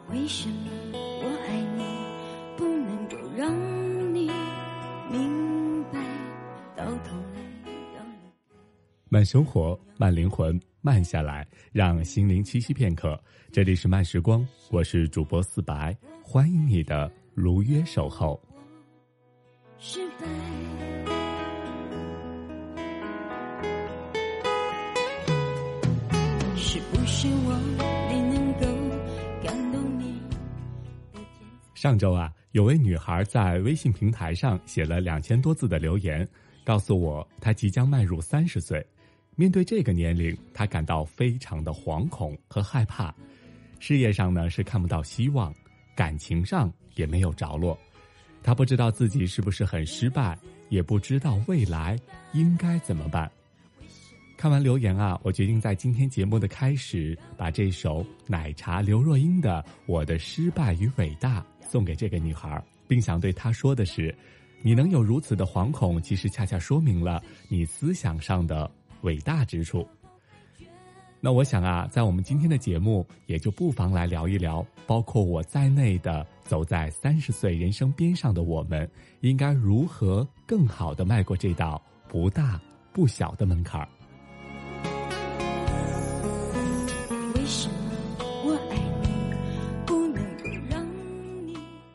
为什么我爱你不能够让你明白，到头来要离开。 慢生活，慢灵魂，慢下来，让心灵栖息片刻。这里是慢时光，我是主播四白，欢迎你的如约守候。 失败，是不是我没能够感动你的天才？ 上周有位女孩在微信平台上写了2000多字的留言，告诉我她即将迈入30岁。面对这个年龄，她感到非常的惶恐和害怕。事业上呢是看不到希望，感情上也没有着落。她不知道自己是不是很失败，也不知道未来应该怎么办。看完留言我决定在今天节目的开始，把这首奶茶刘若英的《我的失败与伟大》送给这个女孩，并想对她说的是，你能有如此的惶恐，其实恰恰说明了你思想上的伟大之处。那我想在我们今天的节目也就不妨来聊一聊，包括我在内的走在30岁人生边上的我们，应该如何更好地迈过这道不大不小的门槛。 为什么我爱你不能够让你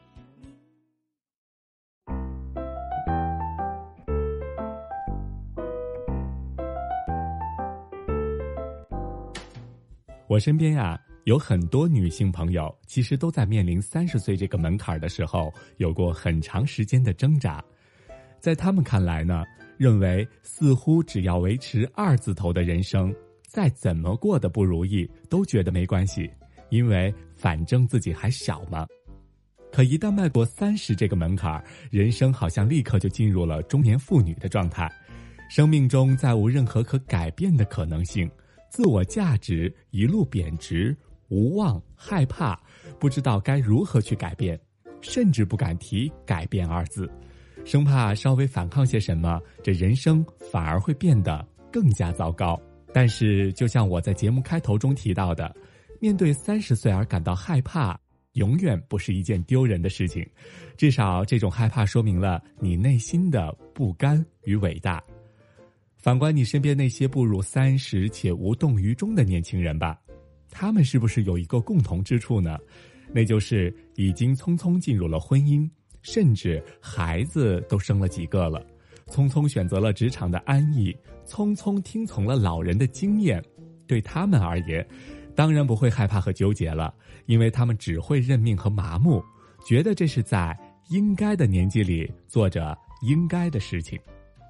我身边有很多女性朋友，其实都在面临30岁这个门槛的时候，有过很长时间的挣扎。在她们看来呢，认为似乎只要维持2字头的人生，再怎么过得不如意，都觉得没关系，因为反正自己还小嘛。可一旦迈过30这个门槛，人生好像立刻就进入了中年妇女的状态，生命中再无任何可改变的可能性。自我价值一路贬值，无望，害怕，不知道该如何去改变，甚至不敢提改变2字，生怕稍微反抗些什么，这人生反而会变得更加糟糕。但是就像我在节目开头中提到的，面对30岁而感到害怕，永远不是一件丢人的事情，至少这种害怕说明了你内心的不甘与伟大。反观你身边那些步入30且无动于衷的年轻人吧，他们是不是有一个共同之处呢？那就是已经匆匆进入了婚姻，甚至孩子都生了几个了，匆匆选择了职场的安逸，匆匆听从了老人的经验。对他们而言，当然不会害怕和纠结了，因为他们只会认命和麻木，觉得这是在应该的年纪里做着应该的事情。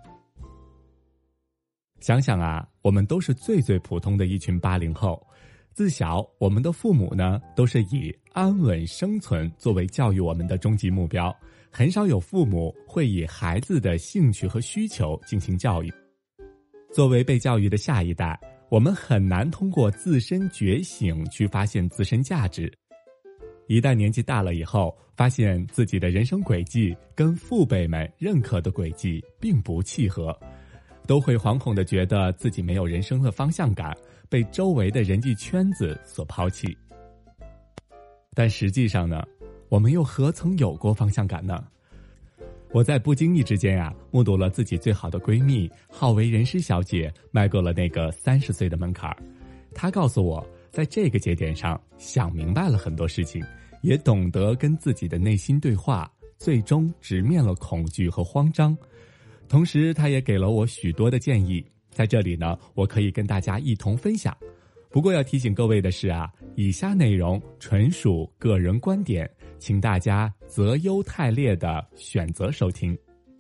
想想我们都是最普通的一群80后，自小我们的父母呢，都是以安稳生存作为教育我们的终极目标，很少有父母会以孩子的兴趣和需求进行教育。作为被教育的下一代，我们很难通过自身觉醒去发现自身价值。一旦年纪大了以后，发现自己的人生轨迹跟父辈们认可的轨迹并不契合，都会惶恐地觉得自己没有人生的方向感，被周围的人际圈子所抛弃。但实际上呢，我们又何曾有过方向感呢？我在不经意之间目睹了自己最好的闺蜜好为人师小姐迈过了那个30岁的门槛。她告诉我，在这个节点上想明白了很多事情，也懂得跟自己的内心对话，最终直面了恐惧和慌张。同时他也给了我许多的建议，在这里呢，我可以跟大家一同分享。不过要提醒各位的是以下内容纯属个人观点，请大家择优汰劣的选择收听。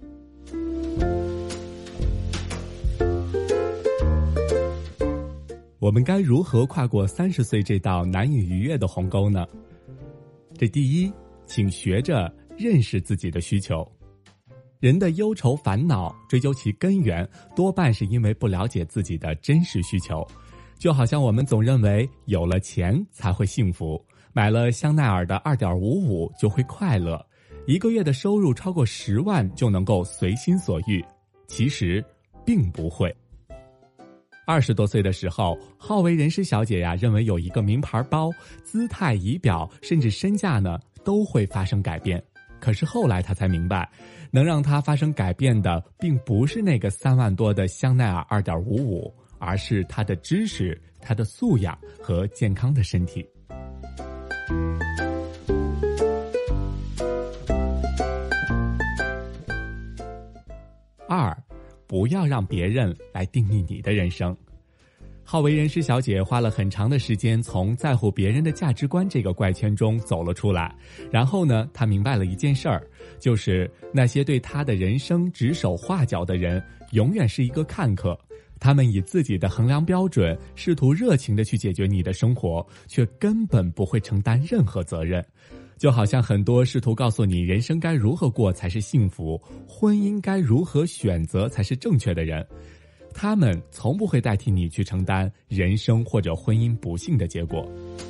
我们该如何跨过30岁这道难以逾越的鸿沟呢？这第一，请学着认识自己的需求。人的忧愁烦恼追究其根源，多半是因为不了解自己的真实需求。就好像我们总认为有了钱才会幸福，买了香奈儿的 2.55 就会快乐，一个月的收入超过10万就能够随心所欲，其实并不会。 20多岁的时候，好为人师小姐呀，认为有一个名牌包，姿态、仪表，甚至身价呢，都会发生改变。可是后来她才明白，能让她发生改变的，并不是那个3万多的香奈儿2.55，而是她的知识、她的素养和健康的身体。2，不要让别人来定义你的人生。好为人师小姐花了很长的时间从在乎别人的价值观这个怪圈中走了出来，然后呢，她明白了一件事儿，就是那些对她的人生指手画脚的人永远是一个看客，他们以自己的衡量标准试图热情地去解决你的生活，却根本不会承担任何责任。就好像很多试图告诉你人生该如何过才是幸福，婚姻该如何选择才是正确的人，他们从不会代替你去承担人生或者婚姻不幸的结果。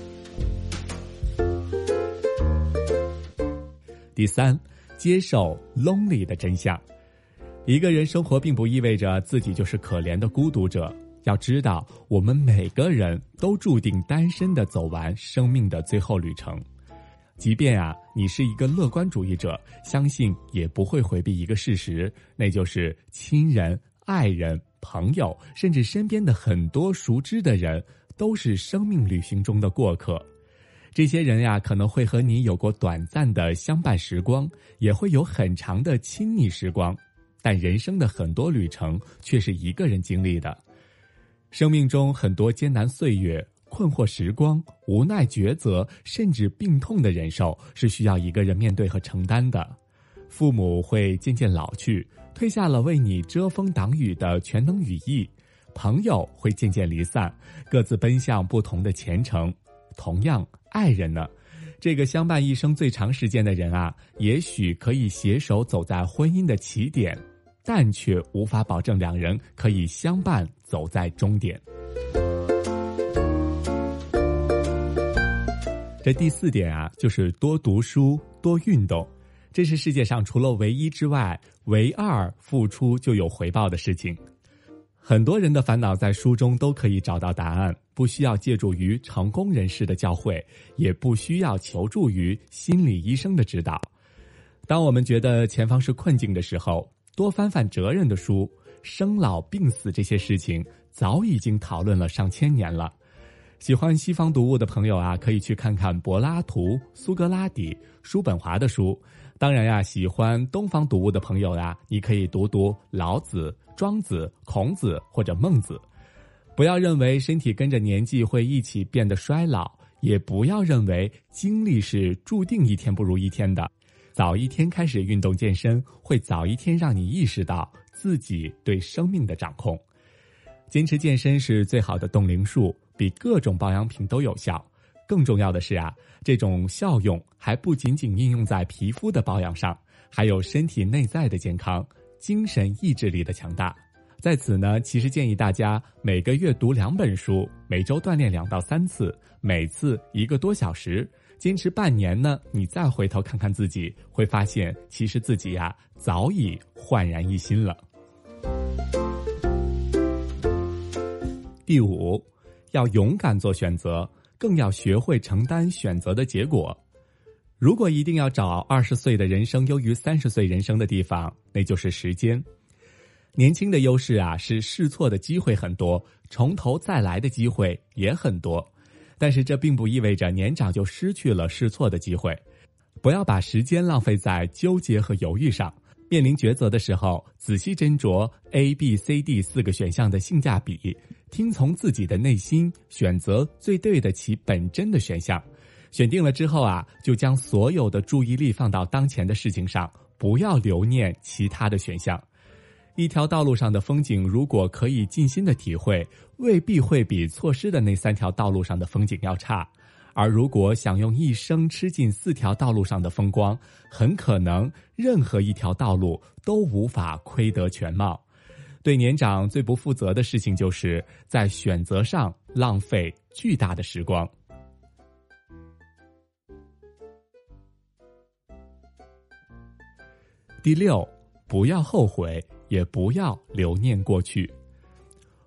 第3，接受 lonely 的真相。一个人生活并不意味着自己就是可怜的孤独者，要知道我们每个人都注定单身地走完生命的最后旅程。即便你是一个乐观主义者，相信也不会回避一个事实，那就是亲人、爱人、朋友，甚至身边的很多熟知的人，都是生命旅行中的过客。这些人可能会和你有过短暂的相伴时光，也会有很长的亲密时光，但人生的很多旅程却是一个人经历的。生命中很多艰难岁月、困惑时光、无奈抉择，甚至病痛的忍受，是需要一个人面对和承担的。父母会渐渐老去，褪下了为你遮风挡雨的全能羽翼，朋友会渐渐离散，各自奔向不同的前程。同样，爱人呢？这个相伴一生最长时间的人也许可以携手走在婚姻的起点，但却无法保证两人可以相伴走在终点。这第4点就是多读书、多运动。这是世界上除了唯一之外，唯2付出就有回报的事情。很多人的烦恼在书中都可以找到答案，不需要借助于成功人士的教诲，也不需要求助于心理医生的指导。当我们觉得前方是困境的时候，多翻翻哲人的书，生老病死这些事情早已经讨论了上千年了。喜欢西方读物的朋友可以去看看柏拉图、苏格拉底、叔本华的书。当然喜欢东方读物的朋友你可以读读老子、庄子、孔子或者孟子。不要认为身体跟着年纪会一起变得衰老，也不要认为精力是注定一天不如一天的。早一天开始运动健身，会早一天让你意识到自己对生命的掌控。坚持健身是最好的冻龄术，比各种保养品都有效。更重要的是这种效用还不仅仅应用在皮肤的保养上，还有身体内在的健康、精神意志力的强大。在此呢，其实建议大家每个月读2本书，每周锻炼2到3次，每次1个多小时，坚持半年呢，你再回头看看自己，会发现其实自己早已焕然一新了。第5，要勇敢做选择，更要学会承担选择的结果。如果一定要找20岁的人生优于30岁人生的地方，那就是时间。年轻的优势是试错的机会很多，从头再来的机会也很多，但是这并不意味着年长就失去了试错的机会。不要把时间浪费在纠结和犹豫上，面临抉择的时候，仔细斟酌 A、B、C、D 4个选项的性价比，听从自己的内心，选择最对得起本真的选项。选定了之后就将所有的注意力放到当前的事情上，不要留念其他的选项。一条道路上的风景，如果可以尽心的体会，未必会比错失的那3条道路上的风景要差。而如果想用一生吃尽4条道路上的风光，很可能任何一条道路都无法窥得全貌。对年长最不负责的事情，就是在选择上浪费巨大的时光。第6，不要后悔，也不要留念过去。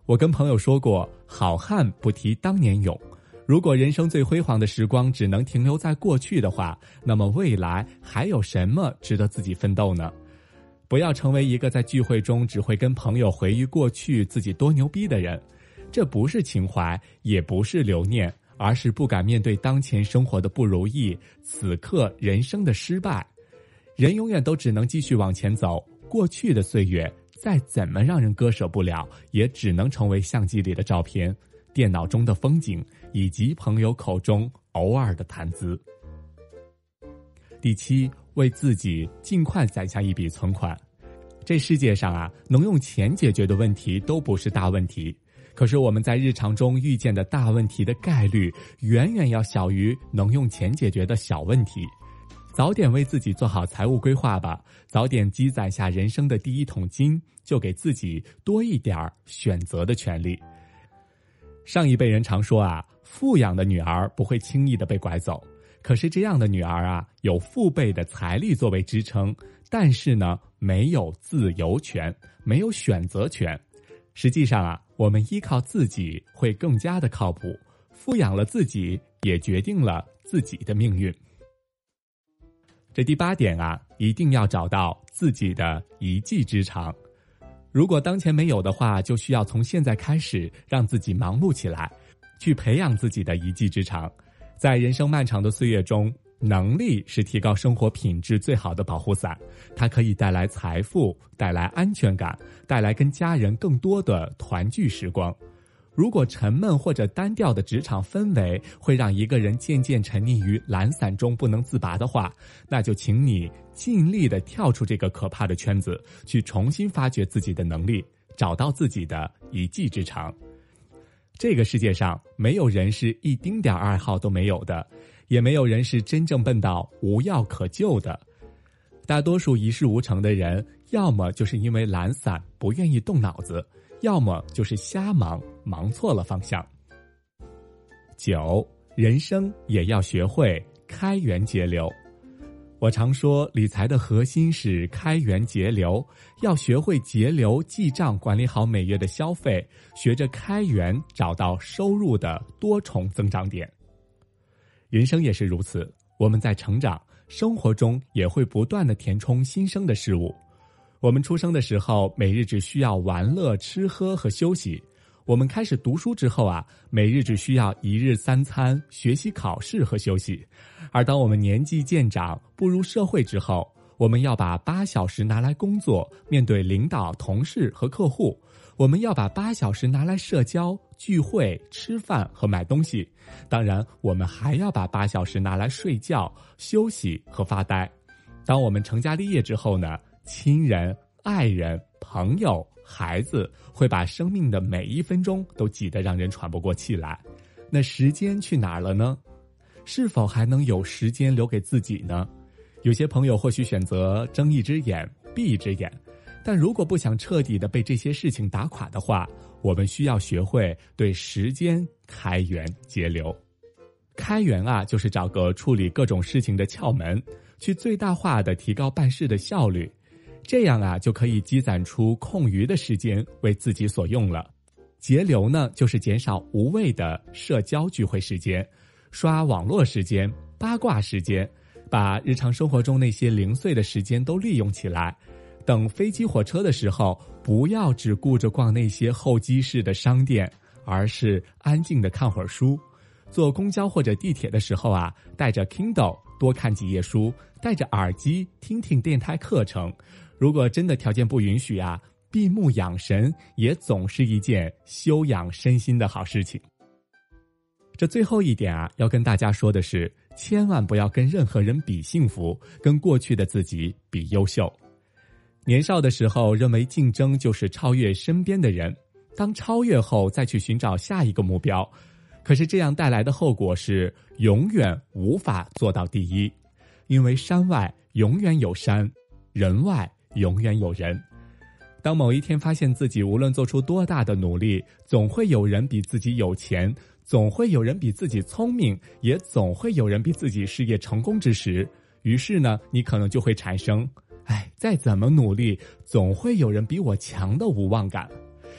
我跟朋友说过，好汉不提当年勇。如果人生最辉煌的时光只能停留在过去的话，那么未来还有什么值得自己奋斗呢？不要成为一个在聚会中只会跟朋友回忆过去自己多牛逼的人，这不是情怀，也不是留念，而是不敢面对当前生活的不如意，此刻人生的失败。人永远都只能继续往前走，过去的岁月再怎么让人割舍不了，也只能成为相机里的照片，电脑中的风景，以及朋友口中偶尔的谈资。第七，为自己尽快攒下一笔存款。这世界上啊，能用钱解决的问题都不是大问题，可是我们在日常中遇见的大问题的概率远远要小于能用钱解决的小问题。早点为自己做好财务规划吧，早点积攒下人生的第一桶金，就给自己多一点选择的权利。上一辈人常说啊，富养的女儿不会轻易的被拐走，可是这样的女儿啊，有父辈的财力作为支撑，但是呢，没有自由权，没有选择权。实际上啊，我们依靠自己会更加的靠谱，富养了自己，也决定了自己的命运。这第八点啊，一定要找到自己的一技之长。如果当前没有的话，就需要从现在开始让自己忙碌起来，去培养自己的一技之长。在人生漫长的岁月中，能力是提高生活品质最好的保护伞，它可以带来财富，带来安全感，带来跟家人更多的团聚时光。如果沉闷或者单调的职场氛围会让一个人渐渐沉溺于懒散中不能自拔的话，那就请你尽力地跳出这个可怕的圈子，去重新发掘自己的能力，找到自己的一技之长。这个世界上没有人是一丁点爱好都没有的，也没有人是真正笨到无药可救的。大多数一事无成的人，要么就是因为懒散不愿意动脑子，要么就是瞎忙，忙错了方向。9，人生也要学会开源节流。我常说，理财的核心是开源节流，要学会节流记账，管理好每月的消费，学着开源，找到收入的多重增长点。人生也是如此，我们在成长，生活中也会不断地填充新生的事物。我们出生的时候，每日只需要玩乐、吃喝和休息。我们开始读书之后啊，每日只需要1日3餐、学习、考试和休息。而当我们年纪渐长，步入社会之后，我们要把8小时拿来工作，面对领导、同事和客户。我们要把8小时拿来社交、聚会、吃饭和买东西。当然，我们还要把8小时拿来睡觉、休息和发呆。当我们成家立业之后呢，亲人、爱人、朋友、孩子会把生命的每一分钟都挤得让人喘不过气来。那时间去哪儿了呢？是否还能有时间留给自己呢？有些朋友或许选择睁一只眼闭一只眼，但如果不想彻底的被这些事情打垮的话，我们需要学会对时间开源节流。开源啊，就是找个处理各种事情的窍门，去最大化的提高办事的效率。这样啊，就可以积攒出空余的时间为自己所用了。节流呢，就是减少无谓的社交聚会时间、刷网络时间、八卦时间，把日常生活中那些零碎的时间都利用起来。等飞机火车的时候，不要只顾着逛那些候机室的商店，而是安静的看会儿书。坐公交或者地铁的时候啊，带着 Kindle 多看几页书，戴着耳机听听电台课程。如果真的条件不允许啊，闭目养神也总是一件修养身心的好事情。这最后一点啊，要跟大家说的是，千万不要跟任何人比幸福，跟过去的自己比优秀。年少的时候认为竞争就是超越身边的人，当超越后再去寻找下一个目标，可是这样带来的后果是永远无法做到第一，因为山外永远有山，人外永远有人。当某一天发现自己无论做出多大的努力，总会有人比自己有钱，总会有人比自己聪明，也总会有人比自己事业成功之时，于是呢，你可能就会产生再怎么努力，总会有人比我强的无望感。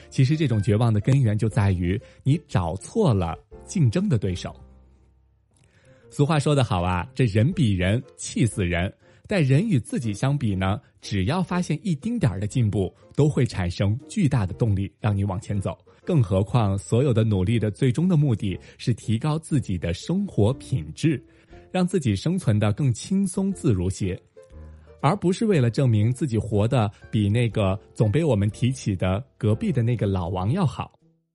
其实这种绝望的根源就在于你找错了竞争的对手。俗话说得好啊，这人比人气死人。但人与自己相比呢，只要发现一丁点的进步，都会产生巨大的动力让你往前走。更何况所有的努力的最终的目的是提高自己的生活品质，让自己生存得更轻松自如些，而不是为了证明自己活得比那个总被我们提起的隔壁的那个老王要好。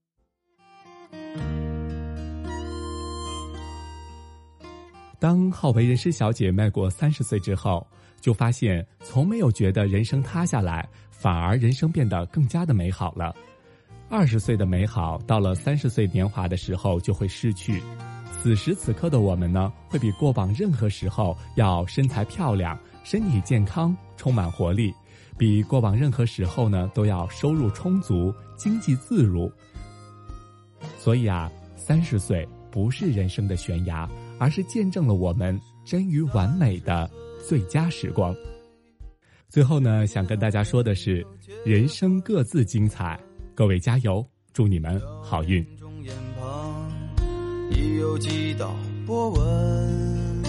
当好为人师小姐迈过30岁之后，就发现从没有觉得人生塌下来，反而人生变得更加的美好了。20岁的美好到了30岁年华的时候就会失去。此时此刻的我们呢，会比过往任何时候要身材漂亮，身体健康，充满活力，比过往任何时候呢都要收入充足，经济自如。所以啊，30岁不是人生的悬崖，而是见证了我们臻于完美的最佳时光。最后呢，想跟大家说的是，人生各自精彩，各位加油，祝你们好运。已有几道波纹，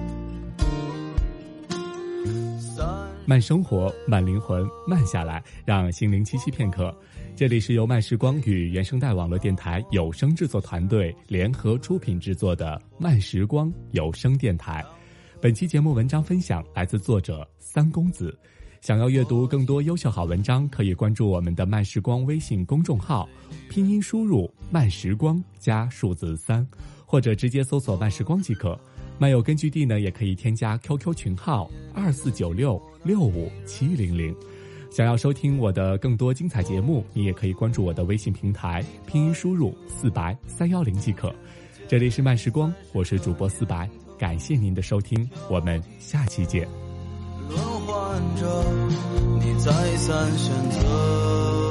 慢生活，慢灵魂，慢下来，让心灵栖息片刻。这里是由慢时光与原声带网络电台有声制作团队联合出品制作的慢时光有声电台。本期节目文章分享来自作者三公子。想要阅读更多优秀好文章，可以关注我们的慢时光微信公众号，拼音输入慢时光加数字3，或者直接搜索慢时光即可。漫友根据地呢，也可以添加 QQ 群号2496657700。想要收听我的更多精彩节目，你也可以关注我的微信平台，拼音输入400-310即可。这里是慢时光，我是主播400，感谢您的收听，我们下期见。轮换着你再三选择。